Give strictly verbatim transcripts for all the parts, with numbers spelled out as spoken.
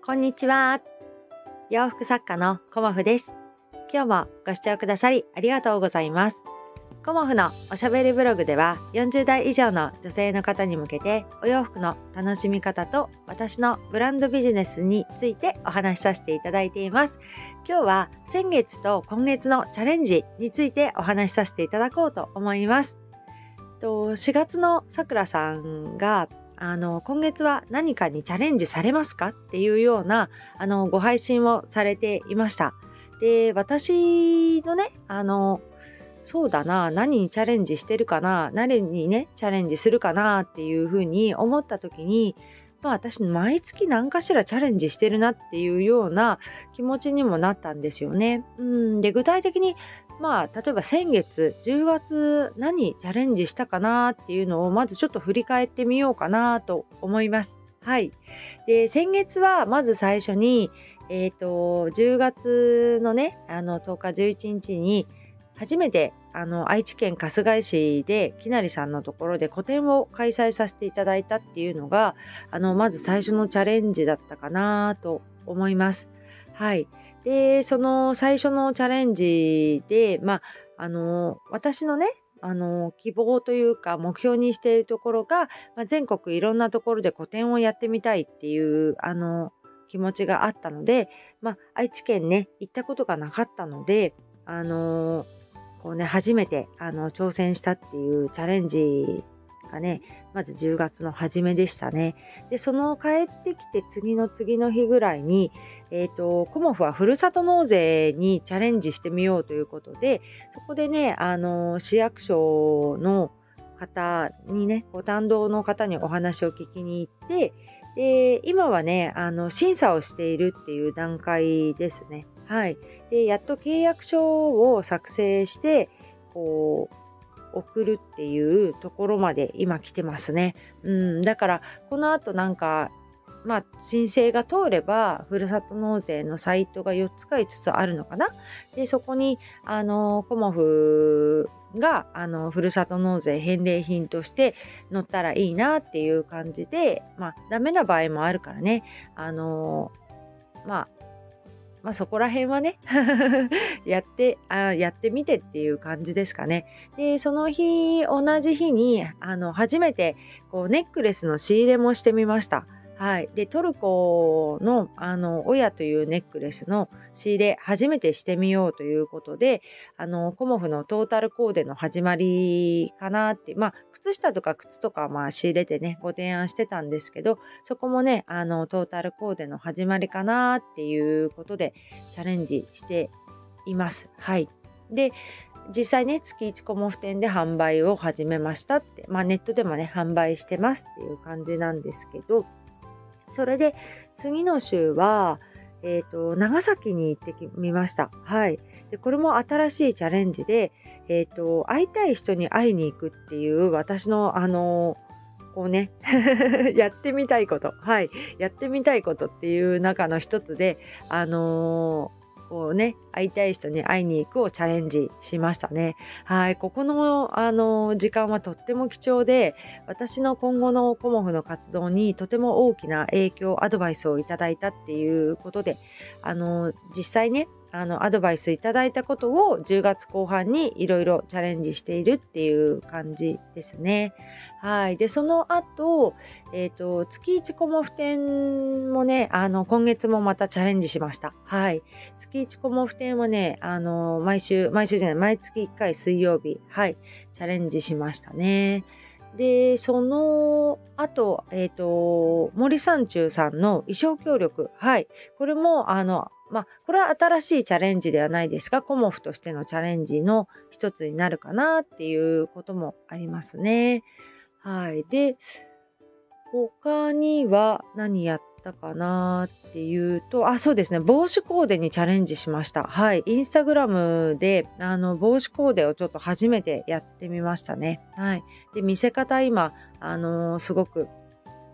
こんにちは。洋服作家のコモフです。今日もご視聴くださりありがとうございます。コモフのおしゃべりブログではよんじゅう代以上の女性の方に向けてお洋服の楽しみ方と私のブランドビジネスについてお話しさせていただいています。今日は先月と今月のチャレンジについてお話しさせていただこうと思います。としがつのさくらさんがあの今月は何かにチャレンジされますかっていうようなあのご配信をされていました。で、私のね、あのそうだな、何にチャレンジしてるかな、何にねチャレンジするかなっていうふうに思った時に、まあ私毎月何かしらチャレンジしてるなっていうような気持ちにもなったんですよね。うんで具体的にまあ例えば先月じゅうがつ何チャレンジしたかなっていうのをまずちょっと振り返ってみようかなと思います。はい。で先月はまず最初にえっ、とじゅうがつのねあのとおかじゅういちにちに初めてあの愛知県春日井市できなりさんのところで個展を開催させていただいたっていうのがあのまず最初のチャレンジだったかなと思います。はい。でその最初のチャレンジでまああの私のねあの希望というか目標にしているところが、まあ、全国いろんなところで個展をやってみたいっていうあの気持ちがあったので、まあ、愛知県ね行ったことがなかったのであのこうね初めてあの挑戦したっていうチャレンジがねまずじゅうがつの初めでしたね。でその帰ってきて次の次の日ぐらいにえーと、コモフはふるさと納税にチャレンジしてみようということで、そこでね、あの市役所の方にね、ご担当の方にお話を聞きに行って、で今はね、あの審査をしているっていう段階ですね。はい。で、やっと契約書を作成して、こう、送るっていうところまで今来てますね。うん、だからこの後なんかまあ、申請が通ればふるさと納税のサイトがよっつかいつつあるのかな。でそこにあのコモフがあのふるさと納税返礼品として載ったらいいなっていう感じで、まあダメな場合もあるからね、あのまあまあそこら辺はねやってあやってみてっていう感じですかね。でその日同じ日にあの初めてこうネックレスの仕入れもしてみました。はい、でトルコのあのオヤというネックレスの仕入れ初めてしてみようということであのコモフのトータルコーデの始まりかなってまあ靴下とか靴とかまあ仕入れてねご提案してたんですけどそこもねあのトータルコーデの始まりかなっていうことでチャレンジしています。はい。で実際ね月いちコモフ店で販売を始めましたって、まあ、ネットでもね販売してますっていう感じなんですけど、それで次の週は、えーと、長崎に行ってみました。はい。でこれも新しいチャレンジで、えーと、会いたい人に会いに行くっていう私のあのこうねやってみたいこと、はい、やってみたいことっていう中の一つで、あのーこうね、会いたい人に会いに行くをチャレンジしましたね。はい、ここの、あの時間はとっても貴重で、私の今後のコモフの活動にとても大きな影響、アドバイスをいただいたっていうことで、あの実際ね、あのアドバイスいただいたことをじゅうがつこう半にいろいろチャレンジしているっていう感じですね。はい。で、その後、えっと、月いちコモフ展もね、あの、今月もまたチャレンジしました。はい。月いちコモフ展はね、あの、毎週、毎週じゃない、毎月いっかい水曜日、はい、チャレンジしましたね。で、その後、えっと、森三中さんの衣装協力、はい。これも、あの、まあ、これは新しいチャレンジではないですが、コモフとしてのチャレンジの一つになるかなっていうこともありますね。はい。で、他には何やったかなっていうと、あ、そうですね、帽子コーデにチャレンジしました。はい。インスタグラムで、あの、帽子コーデをちょっと初めてやってみましたね。はい。で、見せ方今、あのーすごく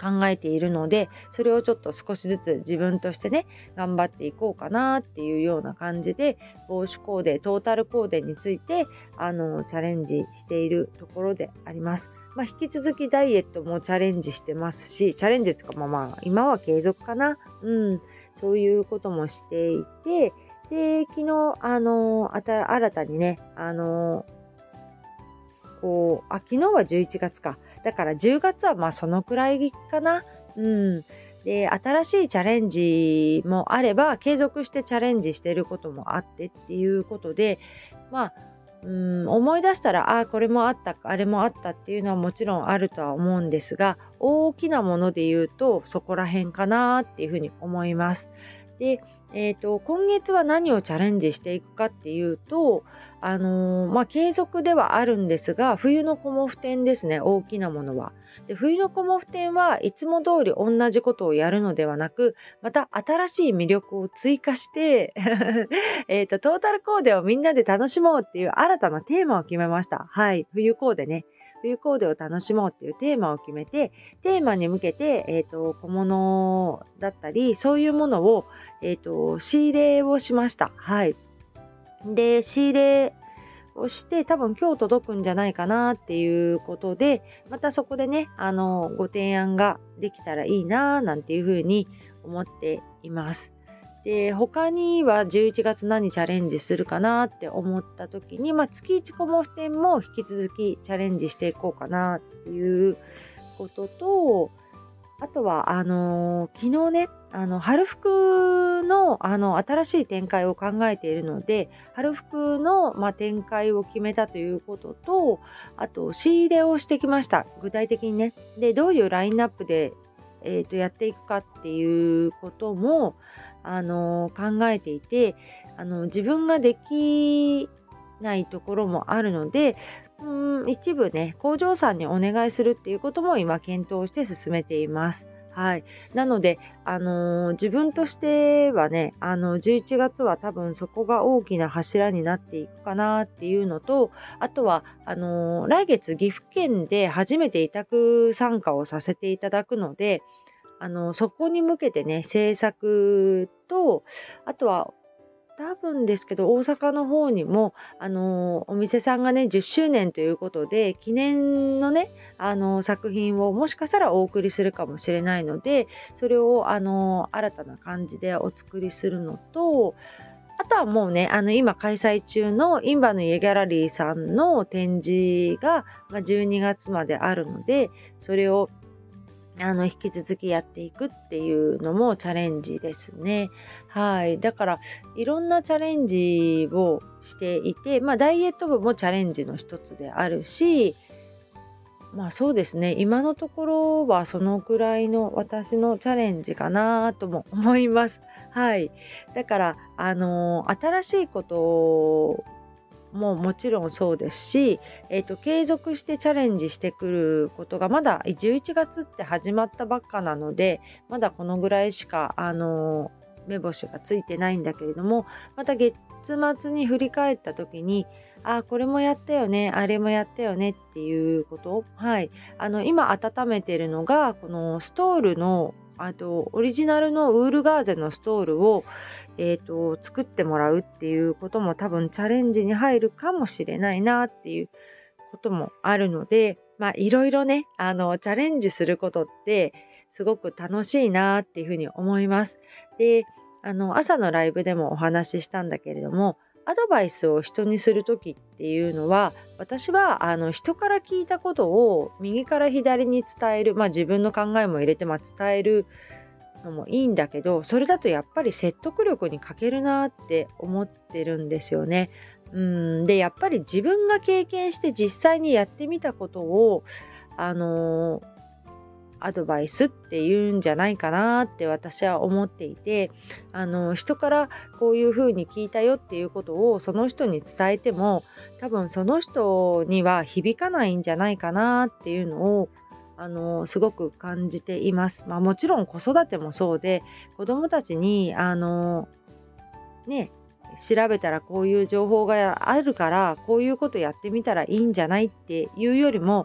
考えているので、それをちょっと少しずつ自分としてね頑張っていこうかなっていうような感じで、ボーシュコーデトータルコーデについてあのチャレンジしているところであります。まあ、引き続きダイエットもチャレンジしてますし、チャレンジとかもまあ今は継続かな、うん、そういうこともしていて、で昨日あのあた新たにねあのこうあ昨日はじゅういちがつか、だからじゅうがつはまあそのくらいかな。うん。で、新しいチャレンジもあれば、継続してチャレンジしていることもあってっていうことで、まあ、うん、思い出したら、あ、これもあった、あれもあったっていうのはもちろんあるとは思うんですが、大きなもので言うと、そこら辺かなっていうふうに思います。で、えっと、今月は何をチャレンジしていくかっていうと、あのーまあ、継続ではあるんですが、冬のコモフ展ですね、大きなものは。で、冬のコモフ展はいつも通り同じことをやるのではなく、また新しい魅力を追加してえっと、トータルコーデをみんなで楽しもうっていう新たなテーマを決めました。はい、冬コーデね。冬コーデを楽しもうっていうテーマを決めて、テーマに向けて、えっと、小物だったり、そういうものを、えっと、仕入れをしました。はい。で、仕入れをして多分今日届くんじゃないかなっていうことで、またそこでね、あの、ご提案ができたらいいななんていうふうに思っています。で、他にはじゅういちがつ何チャレンジするかなって思った時に、まあ、月いちコモフ展も引き続きチャレンジしていこうかなっていうことと、あとは、あのー昨日ね、あの、春服の、あの、新しい展開を考えているので、春服の、まあ、展開を決めたということと、あと、仕入れをしてきました。具体的にね。で、どういうラインナップで、えっと、やっていくかっていうことも、あのー考えていて、あの、自分ができないところもあるので、うーん、一部ね、工場さんにお願いするっていうことも今検討して進めています。はい。なので、あのー自分としてはね、あの、じゅういちがつは多分そこが大きな柱になっていくかなっていうのと、あとは、あのー来月岐阜県で初めて委託参加をさせていただくので、あの、そこに向けてね、制作と、あとは多分ですけど、大阪の方にも、あの、お店さんがね、じゅっしゅうねんということで、記念のね、あの、作品をもしかしたらお送りするかもしれないので、それを、あの、新たな感じでお作りするのと、あとはもうね、あの、今開催中のインバの家ギャラリーさんの展示が、まあ、じゅうにがつまであるので、それをあの、引き続きやっていくっていうのもチャレンジですね。はい。だから、いろんなチャレンジをしていて、まあ、ダイエット部もチャレンジの一つであるし、まあそうですね。今のところはそのくらいの私のチャレンジかなとも思います。はい。だから、あの新しいことももちろんそうですし、えーと、継続してチャレンジしてくることがまだじゅういちがつって始まったばっかなので、まだこのぐらいしか、あの目星がついてないんだけれども、また月末に振り返った時に、あ、これもやったよね、あれもやったよねっていうこと、はい、あの今温めてるのがこのストールの、あとオリジナルのウールガーゼのストールをえーと、作ってもらうっていうことも多分チャレンジに入るかもしれないなっていうこともあるので、まあいろいろね、あのチャレンジすることってすごく楽しいなっていうふうに思います。で、あの朝のライブでもお話ししたんだけれども、アドバイスを人にする時っていうのは、私はあの人から聞いたことを右から左に伝える、まあ自分の考えも入れてまあ伝えるのもいいんだけど、それだとやっぱり説得力に欠けるなって思ってるんですよね。うんで、やっぱり自分が経験して実際にやってみたことをあのーアドバイスって言うんじゃないかなって私は思っていて、あの人からこういうふうに聞いたよっていうことをその人に伝えても多分その人には響かないんじゃないかなっていうのをあのすごく感じています。まあ、もちろん子育てもそうで、子どもたちにあのね調べたらこういう情報があるからこういうことやってみたらいいんじゃないっていうよりも、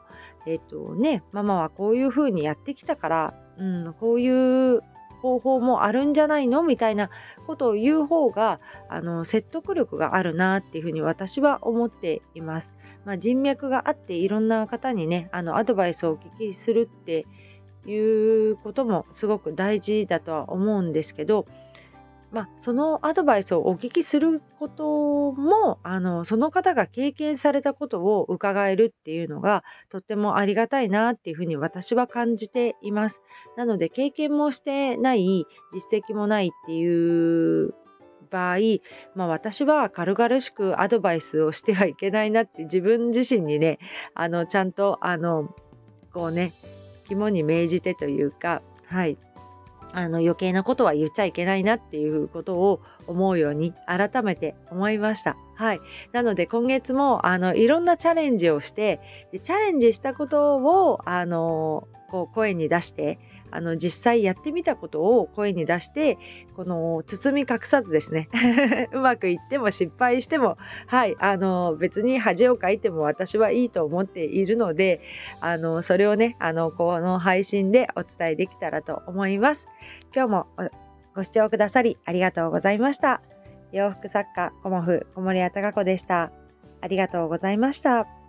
えっとね、ママはこういう風にやってきたから、うん、こういう方法もあるんじゃないのみたいなことを言う方があの説得力があるなっていうふうに私は思っています。まあ、人脈があっていろんな方にねあのアドバイスをお聞きするっていうこともすごく大事だとは思うんですけど、まあ、そのアドバイスをお聞きすることもあのその方が経験されたことを伺えるっていうのがとってもありがたいなっていうふうに私は感じています。なので経験もしてない実績もないっていう場合、まあ、私は軽々しくアドバイスをしてはいけないなって自分自身にねあのちゃんとあのこうね肝に銘じてというか、はいあの余計なことは言っちゃいけないなっていうことを思うように改めて思いました。はい。なので今月もあのいろんなチャレンジをして、でチャレンジしたことをあのこう声に出して、あの実際やってみたことを声に出して、この包み隠さずですね。うまくいっても失敗しても、はい、あの別に恥をかいても私はいいと思っているので、あのそれをね、あのこの配信でお伝えできたらと思います。今日もご視聴くださりありがとうございました。洋服作家コモフ小森屋隆子でした。ありがとうございました。